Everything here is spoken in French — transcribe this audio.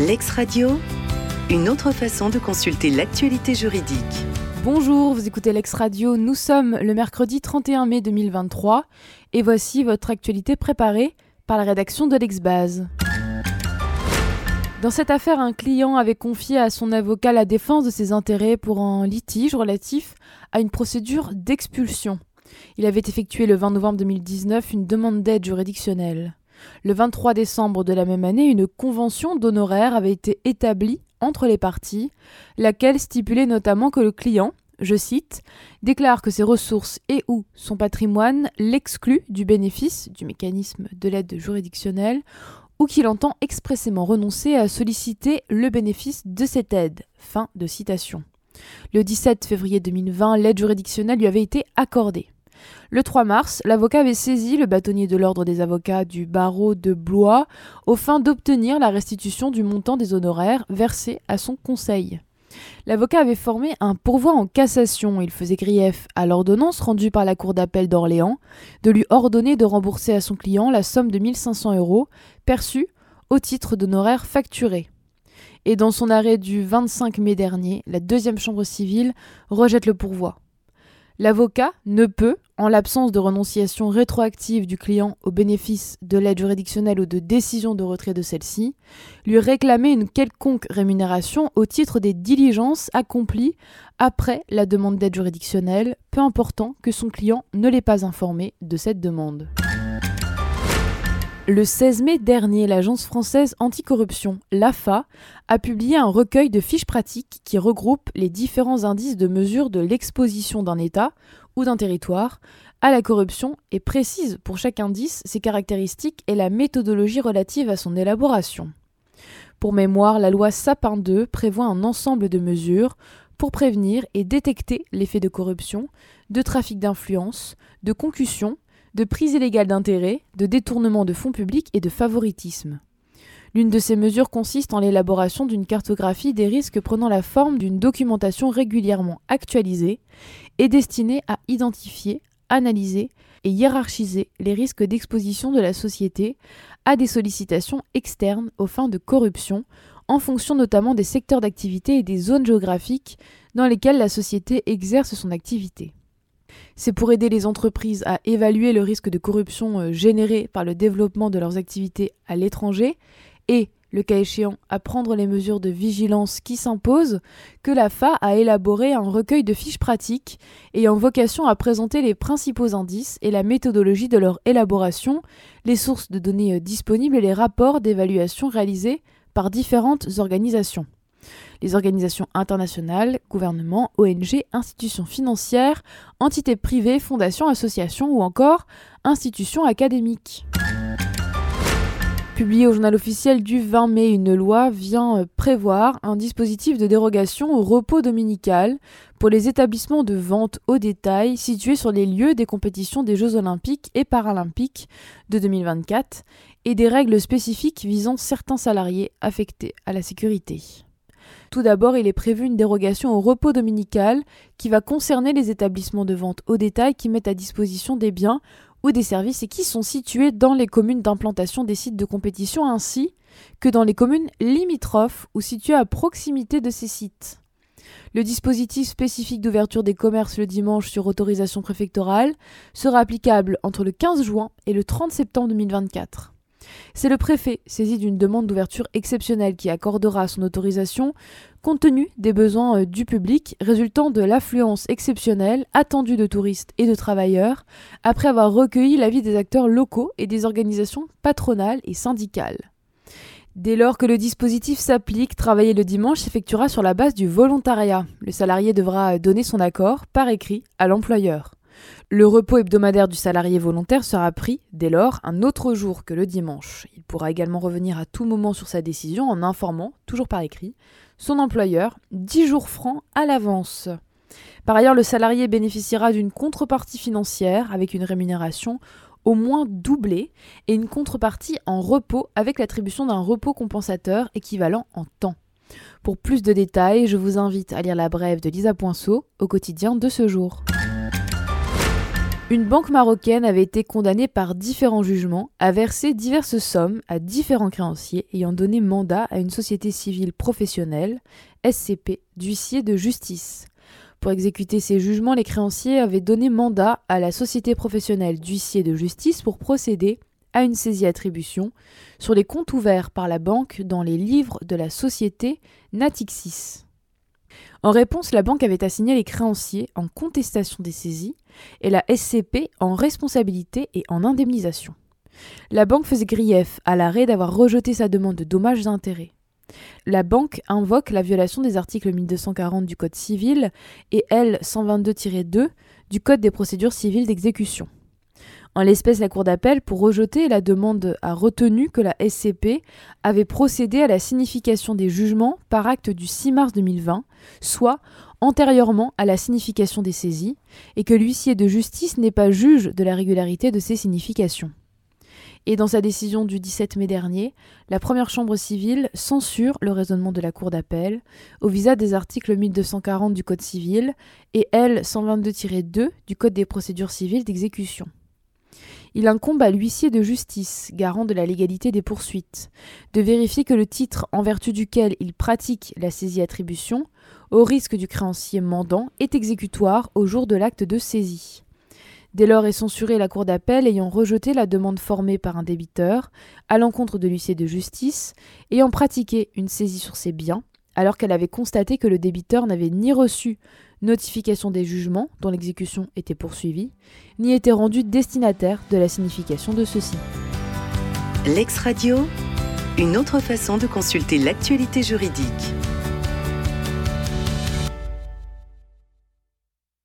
Lex Radio, une autre façon de consulter l'actualité juridique. Bonjour, vous écoutez Lex Radio, nous sommes le mercredi 31 mai 2023 et voici votre actualité préparée par la rédaction de Lexbase. Dans cette affaire, un client avait confié à son avocat la défense de ses intérêts pour un litige relatif à une procédure d'expulsion. Il avait effectué le 20 novembre 2019 une demande d'aide juridictionnelle. Le 23 décembre de la même année, une convention d'honoraires avait été établie entre les parties, laquelle stipulait notamment que le client, je cite, déclare que ses ressources et ou son patrimoine l'excluent du bénéfice du mécanisme de l'aide juridictionnelle ou qu'il entend expressément renoncer à solliciter le bénéfice de cette aide. Fin de citation. Le 17 février 2020, l'aide juridictionnelle lui avait été accordée. Le 3 mars, l'avocat avait saisi le bâtonnier de l'ordre des avocats du barreau de Blois aux fins d'obtenir la restitution du montant des honoraires versés à son conseil. L'avocat avait formé un pourvoi en cassation. Il faisait grief à l'ordonnance rendue par la Cour d'appel d'Orléans de lui ordonner de rembourser à son client la somme de 1 500 € perçue au titre d'honoraires facturés. Et dans son arrêt du 25 mai dernier, la deuxième chambre civile rejette le pourvoi. L'avocat ne peut, en l'absence de renonciation rétroactive du client au bénéfice de l'aide juridictionnelle ou de décision de retrait de celle-ci, lui réclamer une quelconque rémunération au titre des diligences accomplies après la demande d'aide juridictionnelle, peu important que son client ne l'ait pas informé de cette demande. Le 16 mai dernier, l'agence française anticorruption, l'AFA, a publié un recueil de fiches pratiques qui regroupe les différents indices de mesure de l'exposition d'un État ou d'un territoire à la corruption et précise pour chaque indice ses caractéristiques et la méthodologie relative à son élaboration. Pour mémoire, la loi Sapin II prévoit un ensemble de mesures pour prévenir et détecter les faits de corruption, de trafic d'influence, de concussion, de prise illégale d'intérêt, de détournement de fonds publics et de favoritisme. L'une de ces mesures consiste en l'élaboration d'une cartographie des risques prenant la forme d'une documentation régulièrement actualisée et destinée à identifier, analyser et hiérarchiser les risques d'exposition de la société à des sollicitations externes aux fins de corruption, en fonction notamment des secteurs d'activité et des zones géographiques dans lesquelles la société exerce son activité. C'est pour aider les entreprises à évaluer le risque de corruption généré par le développement de leurs activités à l'étranger et, le cas échéant, à prendre les mesures de vigilance qui s'imposent, que l'AFA a élaboré un recueil de fiches pratiques ayant vocation à présenter les principaux indices et la méthodologie de leur élaboration, les sources de données disponibles et les rapports d'évaluation réalisés par différentes organisations. Les organisations internationales, gouvernements, ONG, institutions financières, entités privées, fondations, associations ou encore institutions académiques. Publiée au journal officiel du 20 mai, une loi vient prévoir un dispositif de dérogation au repos dominical pour les établissements de vente au détail situés sur les lieux des compétitions des Jeux olympiques et paralympiques de 2024 et des règles spécifiques visant certains salariés affectés à la sécurité. Tout d'abord, il est prévu une dérogation au repos dominical qui va concerner les établissements de vente au détail qui mettent à disposition des biens ou des services et qui sont situés dans les communes d'implantation des sites de compétition ainsi que dans les communes limitrophes ou situées à proximité de ces sites. Le dispositif spécifique d'ouverture des commerces le dimanche sur autorisation préfectorale sera applicable entre le 15 juin et le 30 septembre 2024. C'est le préfet saisi d'une demande d'ouverture exceptionnelle qui accordera son autorisation compte tenu des besoins du public résultant de l'affluence exceptionnelle attendue de touristes et de travailleurs après avoir recueilli l'avis des acteurs locaux et des organisations patronales et syndicales. Dès lors que le dispositif s'applique, travailler le dimanche s'effectuera sur la base du volontariat. Le salarié devra donner son accord par écrit à l'employeur. Le repos hebdomadaire du salarié volontaire sera pris, dès lors, un autre jour que le dimanche. Il pourra également revenir à tout moment sur sa décision en informant, toujours par écrit, son employeur 10 jours francs à l'avance. Par ailleurs, le salarié bénéficiera d'une contrepartie financière avec une rémunération au moins doublée et une contrepartie en repos avec l'attribution d'un repos compensateur équivalent en temps. Pour plus de détails, je vous invite à lire la brève de Lisa Poinceau au quotidien de ce jour. Une banque marocaine avait été condamnée par différents jugements à verser diverses sommes à différents créanciers ayant donné mandat à une société civile professionnelle, SCP, d'huissier de justice. Pour exécuter ces jugements, les créanciers avaient donné mandat à la société professionnelle d'huissier de justice pour procéder à une saisie-attribution sur les comptes ouverts par la banque dans les livres de la société Natixis. En réponse, la banque avait assigné les créanciers en contestation des saisies et la SCP en responsabilité et en indemnisation. La banque faisait grief à l'arrêt d'avoir rejeté sa demande de dommages et intérêts. La banque invoque la violation des articles 1240 du Code civil et L. 122-2 du Code des procédures civiles d'exécution. En l'espèce, la Cour d'appel, pour rejeter la demande, a retenu que la SCP avait procédé à la signification des jugements par acte du 6 mars 2020, soit antérieurement à la signification des saisies, et que l'huissier de justice n'est pas juge de la régularité de ces significations. Et dans sa décision du 17 mai dernier, la première chambre civile censure le raisonnement de la Cour d'appel au visa des articles 1240 du Code civil et L. 122-2 du Code des procédures civiles d'exécution. Il incombe à l'huissier de justice, garant de la légalité des poursuites, de vérifier que le titre en vertu duquel il pratique la saisie-attribution, au risque du créancier mandant, est exécutoire au jour de l'acte de saisie. Dès lors est censurée la Cour d'appel ayant rejeté la demande formée par un débiteur à l'encontre de l'huissier de justice ayant pratiqué une saisie sur ses biens, alors qu'elle avait constaté que le débiteur n'avait ni reçu notification des jugements dont l'exécution était poursuivie, ni été rendu destinataire de la signification de ceux-ci. Lex Radio, une autre façon de consulter l'actualité juridique.